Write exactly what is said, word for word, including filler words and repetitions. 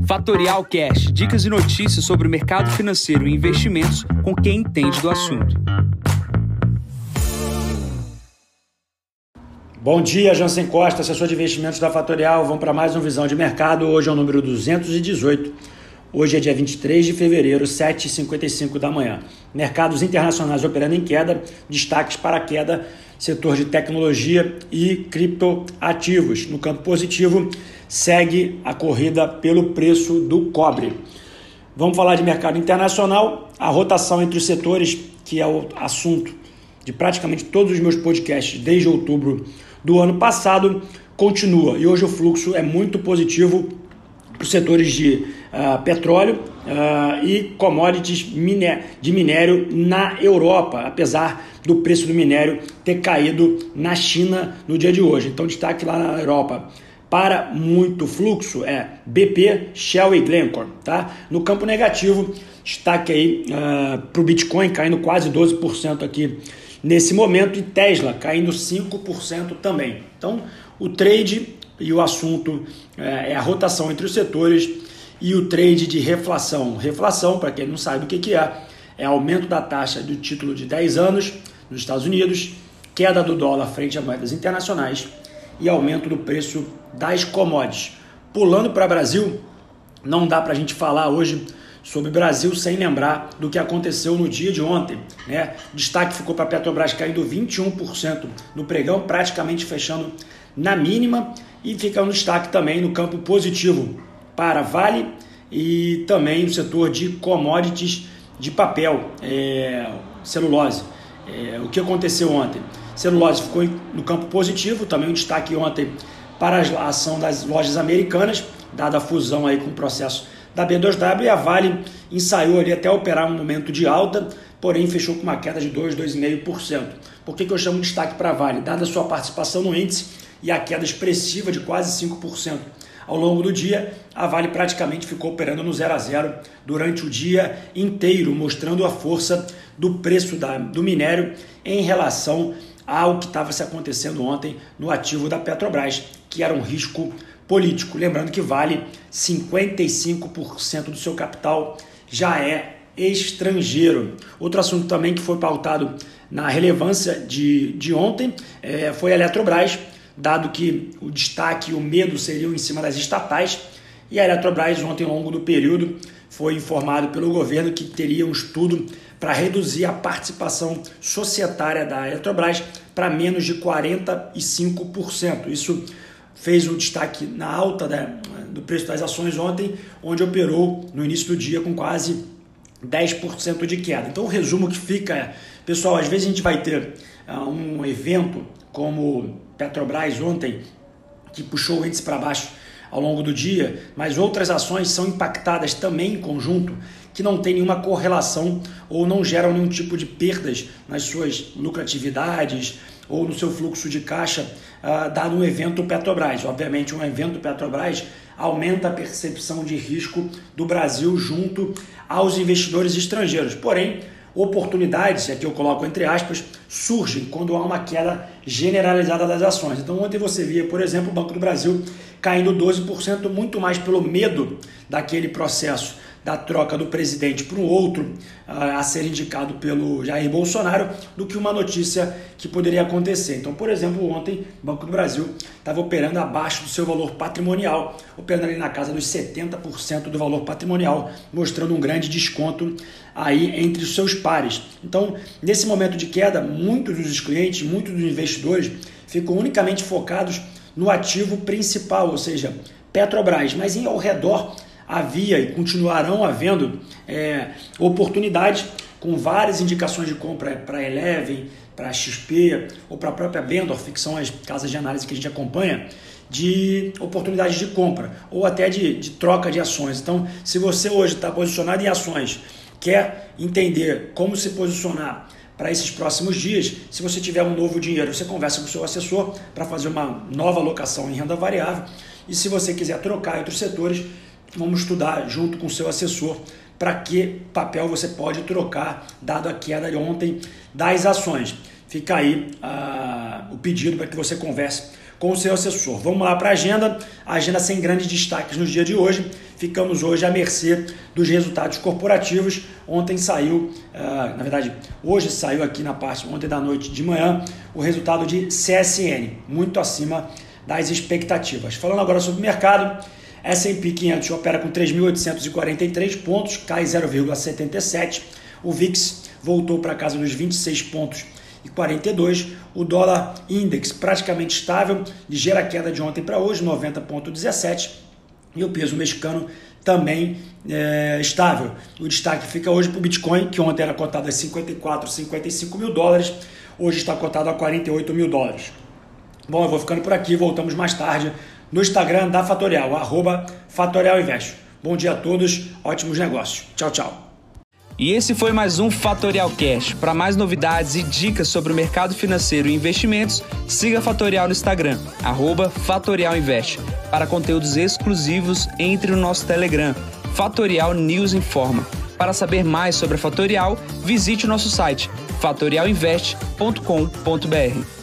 Fatorial Cash, dicas e notícias sobre o mercado financeiro e investimentos com quem entende do assunto. Bom dia, Jansen Costa, assessor de investimentos da Fatorial. Vamos para mais uma visão de mercado. Hoje é o número duzentos e dezoito. Hoje é dia vinte e três de fevereiro, sete e cinquenta e cinco da manhã. Mercados internacionais operando em queda, destaques para a queda, setor de tecnologia e criptoativos. No campo positivo, segue a corrida pelo preço do cobre. Vamos falar de mercado internacional, a rotação entre os setores, que é o assunto de praticamente todos os meus podcasts desde outubro do ano passado, continua. E hoje o fluxo é muito positivo para os setores de uh, petróleo uh, e commodities miné- de minério na Europa, apesar do preço do minério ter caído na China no dia de hoje. Então, destaque lá na Europa para muito fluxo é B P, Shell e Glencore. Tá? No campo negativo, destaque aí uh, para o Bitcoin caindo quase doze por cento aqui nesse momento e Tesla caindo cinco por cento também. Então, o trade e o assunto é a rotação entre os setores e o trade de reflação. Reflação, para quem não sabe o que, que é, é aumento da taxa do título de dez anos nos Estados Unidos, queda do dólar frente a moedas internacionais e aumento do preço das commodities. Pulando para o Brasil, não dá para a gente falar hoje sobre Brasil sem lembrar do que aconteceu no dia de ontem. Né? Destaque ficou para a Petrobras caindo vinte e um por cento no pregão, praticamente fechando na mínima, e fica um destaque também no campo positivo para Vale e também no setor de commodities de papel, é, celulose. É, o que aconteceu ontem? Celulose ficou no campo positivo, também um destaque ontem para a ação das lojas americanas, dada a fusão aí com o processo da B dois W, e a Vale ensaiou ali até operar um momento de alta, porém fechou com uma queda de dois, dois vírgula cinco por cento. Por que, que eu chamo de destaque para a Vale? Dada a sua participação no índice e a queda expressiva de quase cinco por cento ao longo do dia, a Vale praticamente ficou operando no zero a zero durante o dia inteiro, mostrando a força do preço da, do minério em relação ao que estava se acontecendo ontem no ativo da Petrobras, que era um risco político. Lembrando que Vale, cinquenta e cinco por cento do seu capital já é estrangeiro. Outro assunto também que foi pautado na relevância de, de ontem é, foi a Eletrobras, dado que o destaque e o medo seriam em cima das estatais, e a Eletrobras ontem, ao longo do período, foi informado pelo governo que teria um estudo para reduzir a participação societária da Eletrobras para menos de quarenta e cinco por cento. Isso fez um destaque na alta, né, do preço das ações ontem, onde operou no início do dia com quase dez por cento de queda. Então o resumo que fica é, pessoal, às vezes a gente vai ter uh, um evento como Petrobras ontem, que puxou o índice para baixo ao longo do dia, mas outras ações são impactadas também em conjunto, que não tem nenhuma correlação ou não geram nenhum tipo de perdas nas suas lucratividades ou no seu fluxo de caixa, uh, dado um evento Petrobras. Obviamente, um evento Petrobras aumenta a percepção de risco do Brasil junto aos investidores estrangeiros. Porém, oportunidades, aqui eu coloco entre aspas, surgem quando há uma queda generalizada das ações. Então ontem você via, por exemplo, o Banco do Brasil caindo doze por cento, muito mais pelo medo daquele processo da troca do presidente para um outro uh, a ser indicado pelo Jair Bolsonaro, do que uma notícia que poderia acontecer. Então, por exemplo, ontem o Banco do Brasil estava operando abaixo do seu valor patrimonial, operando ali na casa dos setenta por cento do valor patrimonial, mostrando um grande desconto aí entre os seus pares. Então, nesse momento de queda, muitos dos clientes, muitos dos investidores ficam unicamente focados no ativo principal, ou seja, Petrobras, mas em ao redor havia e continuarão havendo é, oportunidades com várias indicações de compra para a Eleven, para a X P ou para a própria Bendorf, que são as casas de análise que a gente acompanha, de oportunidades de compra ou até de, de troca de ações. Então, se você hoje está posicionado em ações, quer entender como se posicionar para esses próximos dias, se você tiver um novo dinheiro, você conversa com o seu assessor para fazer uma nova alocação em renda variável, e se você quiser trocar entre os setores, vamos estudar junto com o seu assessor para que papel você pode trocar, dado a queda de ontem das ações. Fica aí uh, o pedido para que você converse com o seu assessor. Vamos lá para a agenda, a agenda sem grandes destaques no dia de hoje. Ficamos hoje à mercê dos resultados corporativos. Ontem saiu, uh, na verdade, hoje saiu aqui na parte, ontem da noite de manhã, o resultado de C S N, muito acima das expectativas. Falando agora sobre o mercado, S and P quinhentos opera com três mil oitocentos e quarenta e três pontos, cai zero vírgula setenta e sete. O V I X voltou para casa dos vinte e seis pontos e quarenta e dois. O dólar index praticamente estável, ligeira queda de ontem para hoje, noventa vírgula dezessete. E o peso mexicano também é, estável. O destaque fica hoje para o Bitcoin, que ontem era cotado a cinquenta e quatro, cinquenta e cinco mil dólares, hoje está cotado a quarenta e oito mil dólares. Bom, eu vou ficando por aqui, voltamos mais tarde no Instagram da Fatorial, arroba Fatorial Invest. Bom dia a todos, ótimos negócios. Tchau, tchau. E esse foi mais um Fatorial Cash. Para mais novidades e dicas sobre o mercado financeiro e investimentos, siga a Fatorial no Instagram, arroba Fatorial Invest. Para conteúdos exclusivos, entre no nosso Telegram, Fatorial News Informa. Para saber mais sobre a Fatorial, visite o nosso site fatorial invest ponto com ponto b r.